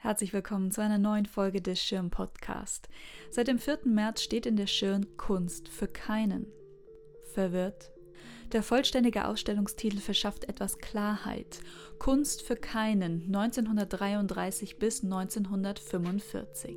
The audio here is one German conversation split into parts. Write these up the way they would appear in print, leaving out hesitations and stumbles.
Herzlich willkommen zu einer neuen Folge des Schirn-Podcast. Seit dem 4. März steht in der Schirn Kunst für keinen. Verwirrt? Der vollständige Ausstellungstitel verschafft etwas Klarheit. Kunst für keinen, 1933 bis 1945.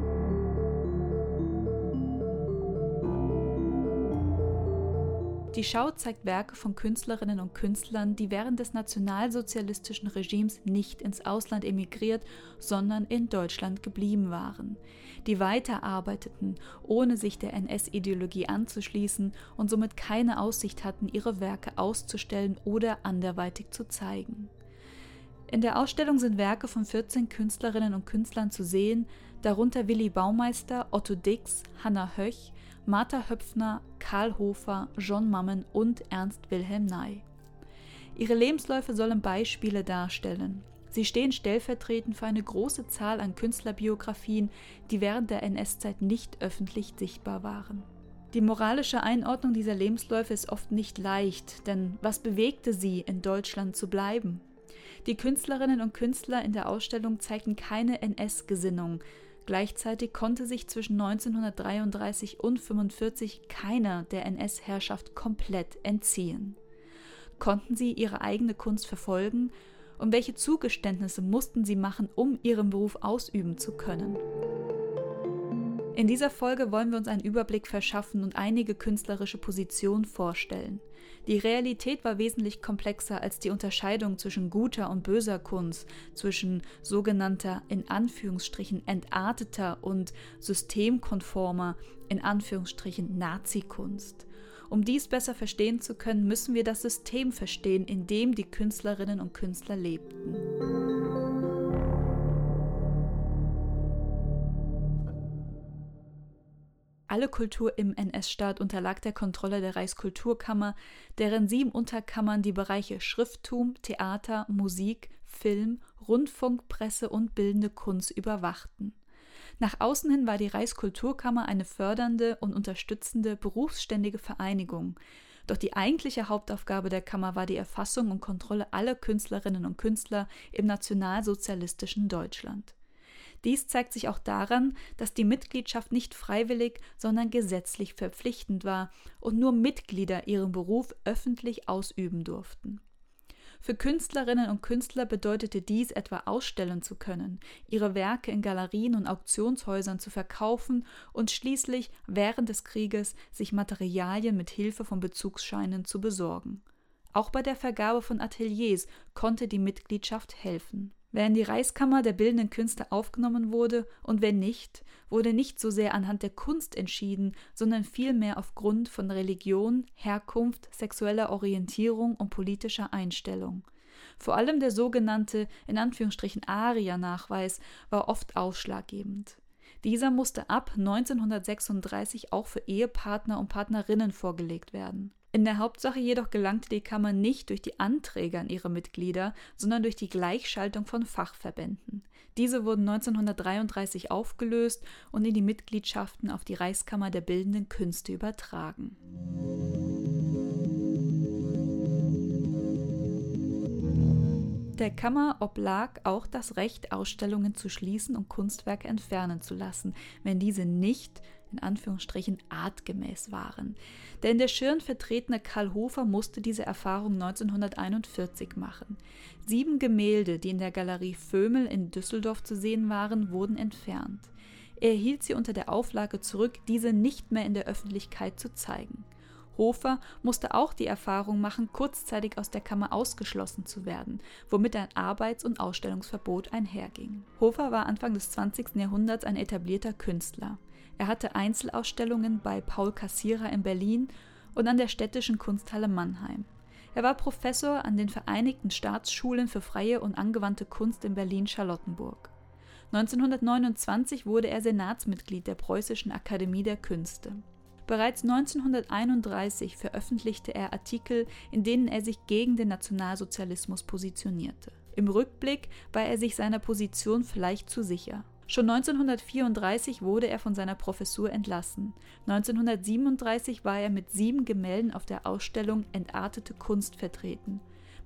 Die Schau zeigt Werke von Künstlerinnen und Künstlern, die während des nationalsozialistischen Regimes nicht ins Ausland emigriert, sondern in Deutschland geblieben waren, die weiterarbeiteten, ohne sich der NS-Ideologie anzuschließen und somit keine Aussicht hatten, ihre Werke auszustellen oder anderweitig zu zeigen. In der Ausstellung sind Werke von 14 Künstlerinnen und Künstlern zu sehen, darunter Willi Baumeister, Otto Dix, Hannah Höch, Martha Höpfner, Karl Hofer, John Mammen und Ernst Wilhelm Ney. Ihre Lebensläufe sollen Beispiele darstellen. Sie stehen stellvertretend für eine große Zahl an Künstlerbiografien, die während der NS-Zeit nicht öffentlich sichtbar waren. Die moralische Einordnung dieser Lebensläufe ist oft nicht leicht, denn was bewegte sie, in Deutschland zu bleiben? Die Künstlerinnen und Künstler in der Ausstellung zeigten keine NS-Gesinnung. Gleichzeitig konnte sich zwischen 1933 und 1945 keiner der NS-Herrschaft komplett entziehen. Konnten sie ihre eigene Kunst verfolgen? Und welche Zugeständnisse mussten sie machen, um ihren Beruf ausüben zu können? In dieser Folge wollen wir uns einen Überblick verschaffen und einige künstlerische Positionen vorstellen. Die Realität war wesentlich komplexer als die Unterscheidung zwischen guter und böser Kunst, zwischen sogenannter, in Anführungsstrichen, entarteter und systemkonformer, in Anführungsstrichen, Nazi-Kunst. Um dies besser verstehen zu können, müssen wir das System verstehen, in dem die Künstlerinnen und Künstler lebten. Alle Kultur im NS-Staat unterlag der Kontrolle der Reichskulturkammer, deren 7 Unterkammern die Bereiche Schrifttum, Theater, Musik, Film, Rundfunk, Presse und bildende Kunst überwachten. Nach außen hin war die Reichskulturkammer eine fördernde und unterstützende berufsständige Vereinigung. Doch die eigentliche Hauptaufgabe der Kammer war die Erfassung und Kontrolle aller Künstlerinnen und Künstler im nationalsozialistischen Deutschland. Dies zeigt sich auch daran, dass die Mitgliedschaft nicht freiwillig, sondern gesetzlich verpflichtend war und nur Mitglieder ihren Beruf öffentlich ausüben durften. Für Künstlerinnen und Künstler bedeutete dies etwa ausstellen zu können, ihre Werke in Galerien und Auktionshäusern zu verkaufen und schließlich während des Krieges sich Materialien mit Hilfe von Bezugsscheinen zu besorgen. Auch bei der Vergabe von Ateliers konnte die Mitgliedschaft helfen. Wer in die Reichskammer der bildenden Künste aufgenommen wurde und wer nicht, wurde nicht so sehr anhand der Kunst entschieden, sondern vielmehr aufgrund von Religion, Herkunft, sexueller Orientierung und politischer Einstellung. Vor allem der sogenannte, in Anführungsstrichen, Arier-Nachweis war oft ausschlaggebend. Dieser musste ab 1936 auch für Ehepartner und Partnerinnen vorgelegt werden. In der Hauptsache jedoch gelangte die Kammer nicht durch die Anträge an ihre Mitglieder, sondern durch die Gleichschaltung von Fachverbänden. Diese wurden 1933 aufgelöst und in die Mitgliedschaften auf die Reichskammer der bildenden Künste übertragen. Der Kammer oblag auch das Recht, Ausstellungen zu schließen und Kunstwerke entfernen zu lassen, wenn diese nicht, in Anführungsstrichen, artgemäß waren. Der in der Schirn vertretene Karl Hofer musste diese Erfahrung 1941 machen. 7 Gemälde, die in der Galerie Vömel in Düsseldorf zu sehen waren, wurden entfernt. Er erhielt sie unter der Auflage zurück, diese nicht mehr in der Öffentlichkeit zu zeigen. Hofer musste auch die Erfahrung machen, kurzzeitig aus der Kammer ausgeschlossen zu werden, womit ein Arbeits- und Ausstellungsverbot einherging. Hofer war Anfang des 20. Jahrhunderts ein etablierter Künstler. Er hatte Einzelausstellungen bei Paul Cassirer in Berlin und an der Städtischen Kunsthalle Mannheim. Er war Professor an den Vereinigten Staatsschulen für freie und angewandte Kunst in Berlin-Charlottenburg. 1929 wurde er Senatsmitglied der Preußischen Akademie der Künste. Bereits 1931 veröffentlichte er Artikel, in denen er sich gegen den Nationalsozialismus positionierte. Im Rückblick war er sich seiner Position vielleicht zu sicher. Schon 1934 wurde er von seiner Professur entlassen. 1937 war er mit 7 Gemälden auf der Ausstellung Entartete Kunst vertreten.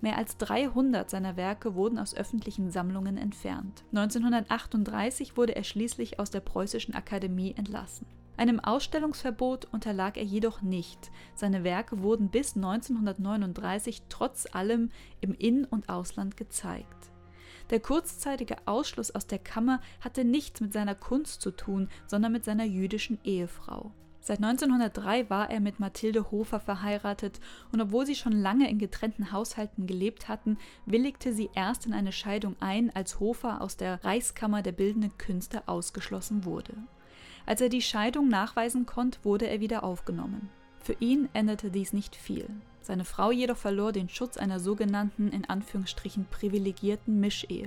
Mehr als 300 seiner Werke wurden aus öffentlichen Sammlungen entfernt. 1938 wurde er schließlich aus der Preußischen Akademie entlassen. Einem Ausstellungsverbot unterlag er jedoch nicht. Seine Werke wurden bis 1939 trotz allem im In- und Ausland gezeigt. Der kurzzeitige Ausschluss aus der Kammer hatte nichts mit seiner Kunst zu tun, sondern mit seiner jüdischen Ehefrau. Seit 1903 war er mit Mathilde Hofer verheiratet und obwohl sie schon lange in getrennten Haushalten gelebt hatten, willigte sie erst in eine Scheidung ein, als Hofer aus der Reichskammer der Bildenden Künste ausgeschlossen wurde. Als er die Scheidung nachweisen konnte, wurde er wieder aufgenommen. Für ihn änderte dies nicht viel. Seine Frau jedoch verlor den Schutz einer sogenannten, in Anführungsstrichen, privilegierten Mischehe.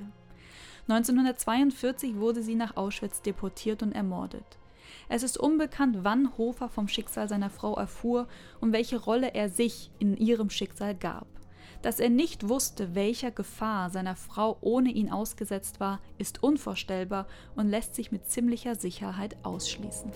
1942 wurde sie nach Auschwitz deportiert und ermordet. Es ist unbekannt, wann Hofer vom Schicksal seiner Frau erfuhr und welche Rolle er sich in ihrem Schicksal gab. Dass er nicht wusste, welcher Gefahr seiner Frau ohne ihn ausgesetzt war, ist unvorstellbar und lässt sich mit ziemlicher Sicherheit ausschließen.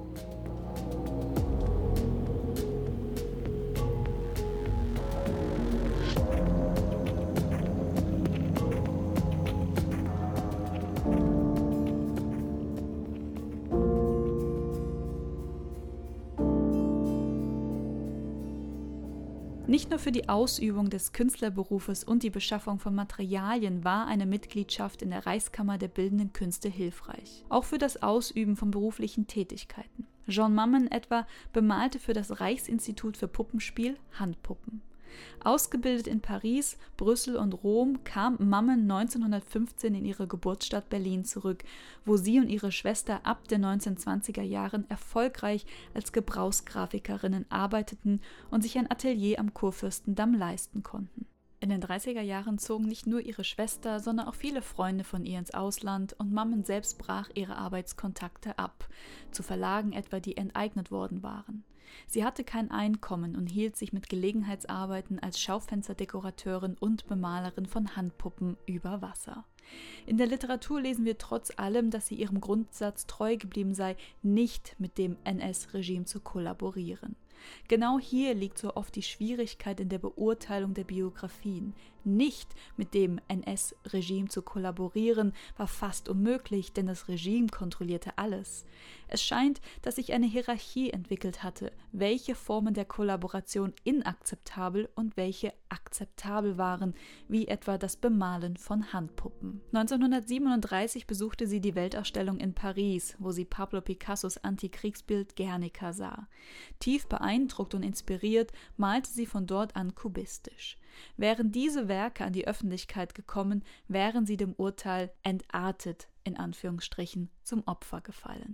Nicht nur für die Ausübung des Künstlerberufes und die Beschaffung von Materialien war eine Mitgliedschaft in der Reichskammer der Bildenden Künste hilfreich. Auch für das Ausüben von beruflichen Tätigkeiten. Jean Mammen etwa bemalte für das Reichsinstitut für Puppenspiel Handpuppen. Ausgebildet in Paris, Brüssel und Rom, kam Mammen 1915 in ihre Geburtsstadt Berlin zurück, wo sie und ihre Schwester ab den 1920er Jahren erfolgreich als Gebrauchsgrafikerinnen arbeiteten und sich ein Atelier am Kurfürstendamm leisten konnten. In den 30er Jahren zogen nicht nur ihre Schwester, sondern auch viele Freunde von ihr ins Ausland und Mammen selbst brach ihre Arbeitskontakte ab, zu Verlagen etwa, die enteignet worden waren. Sie hatte kein Einkommen und hielt sich mit Gelegenheitsarbeiten als Schaufensterdekorateurin und Bemalerin von Handpuppen über Wasser. In der Literatur lesen wir trotz allem, dass sie ihrem Grundsatz treu geblieben sei, nicht mit dem NS-Regime zu kollaborieren. Genau hier liegt so oft die Schwierigkeit in der Beurteilung der Biografien. Nicht mit dem NS-Regime zu kollaborieren war fast unmöglich, denn das Regime kontrollierte alles. Es scheint, dass sich eine Hierarchie entwickelt hatte, welche Formen der Kollaboration inakzeptabel und welche akzeptabel waren, wie etwa das Bemalen von Handpuppen. 1937 besuchte sie die Weltausstellung in Paris, wo sie Pablo Picassos Antikriegsbild Guernica sah. Tief beeindruckt und inspiriert malte sie von dort an kubistisch. Wären diese Werke an die Öffentlichkeit gekommen, wären sie dem Urteil entartet, in Anführungsstrichen, zum Opfer gefallen.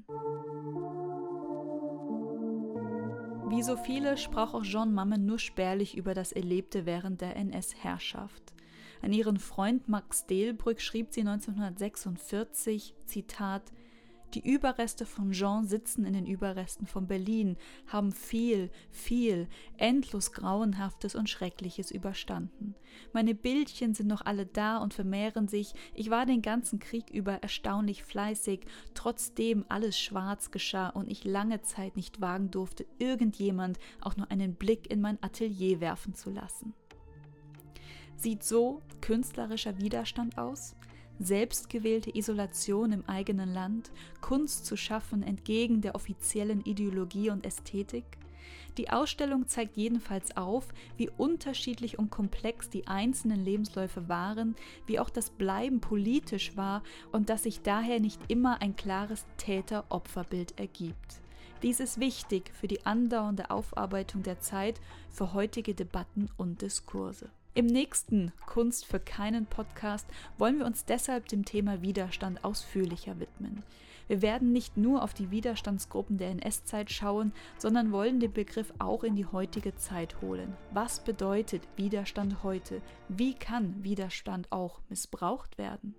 Wie so viele sprach auch Jean Mammen nur spärlich über das Erlebte während der NS-Herrschaft. An ihren Freund Max Delbrück schrieb sie 1946, Zitat: Die Überreste von Jean sitzen in den Überresten von Berlin, haben viel, endlos Grauenhaftes und Schreckliches überstanden. Meine Bildchen sind noch alle da und vermehren sich. Ich war den ganzen Krieg über erstaunlich fleißig, trotzdem alles schwarz geschah und ich lange Zeit nicht wagen durfte, irgendjemand auch nur einen Blick in mein Atelier werfen zu lassen. Sieht so künstlerischer Widerstand aus? Selbstgewählte Isolation im eigenen Land, Kunst zu schaffen entgegen der offiziellen Ideologie und Ästhetik? Die Ausstellung zeigt jedenfalls auf, wie unterschiedlich und komplex die einzelnen Lebensläufe waren, wie auch das Bleiben politisch war und dass sich daher nicht immer ein klares Täter-Opfer-Bild ergibt. Dies ist wichtig für die andauernde Aufarbeitung der Zeit, für heutige Debatten und Diskurse. Im nächsten Kunst für keinen Podcast wollen wir uns deshalb dem Thema Widerstand ausführlicher widmen. Wir werden nicht nur auf die Widerstandsgruppen der NS-Zeit schauen, sondern wollen den Begriff auch in die heutige Zeit holen. Was bedeutet Widerstand heute? Wie kann Widerstand auch missbraucht werden?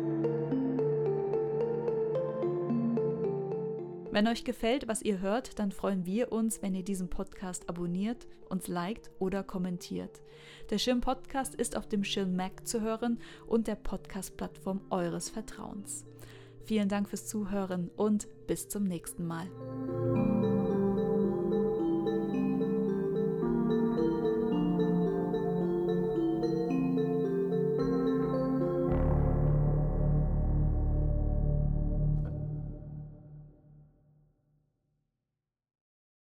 Wenn euch gefällt, was ihr hört, dann freuen wir uns, wenn ihr diesen Podcast abonniert, uns liked oder kommentiert. Der Schirm Podcast ist auf dem Schirm Mac zu hören und der Podcast-Plattform eures Vertrauens. Vielen Dank fürs Zuhören und bis zum nächsten Mal.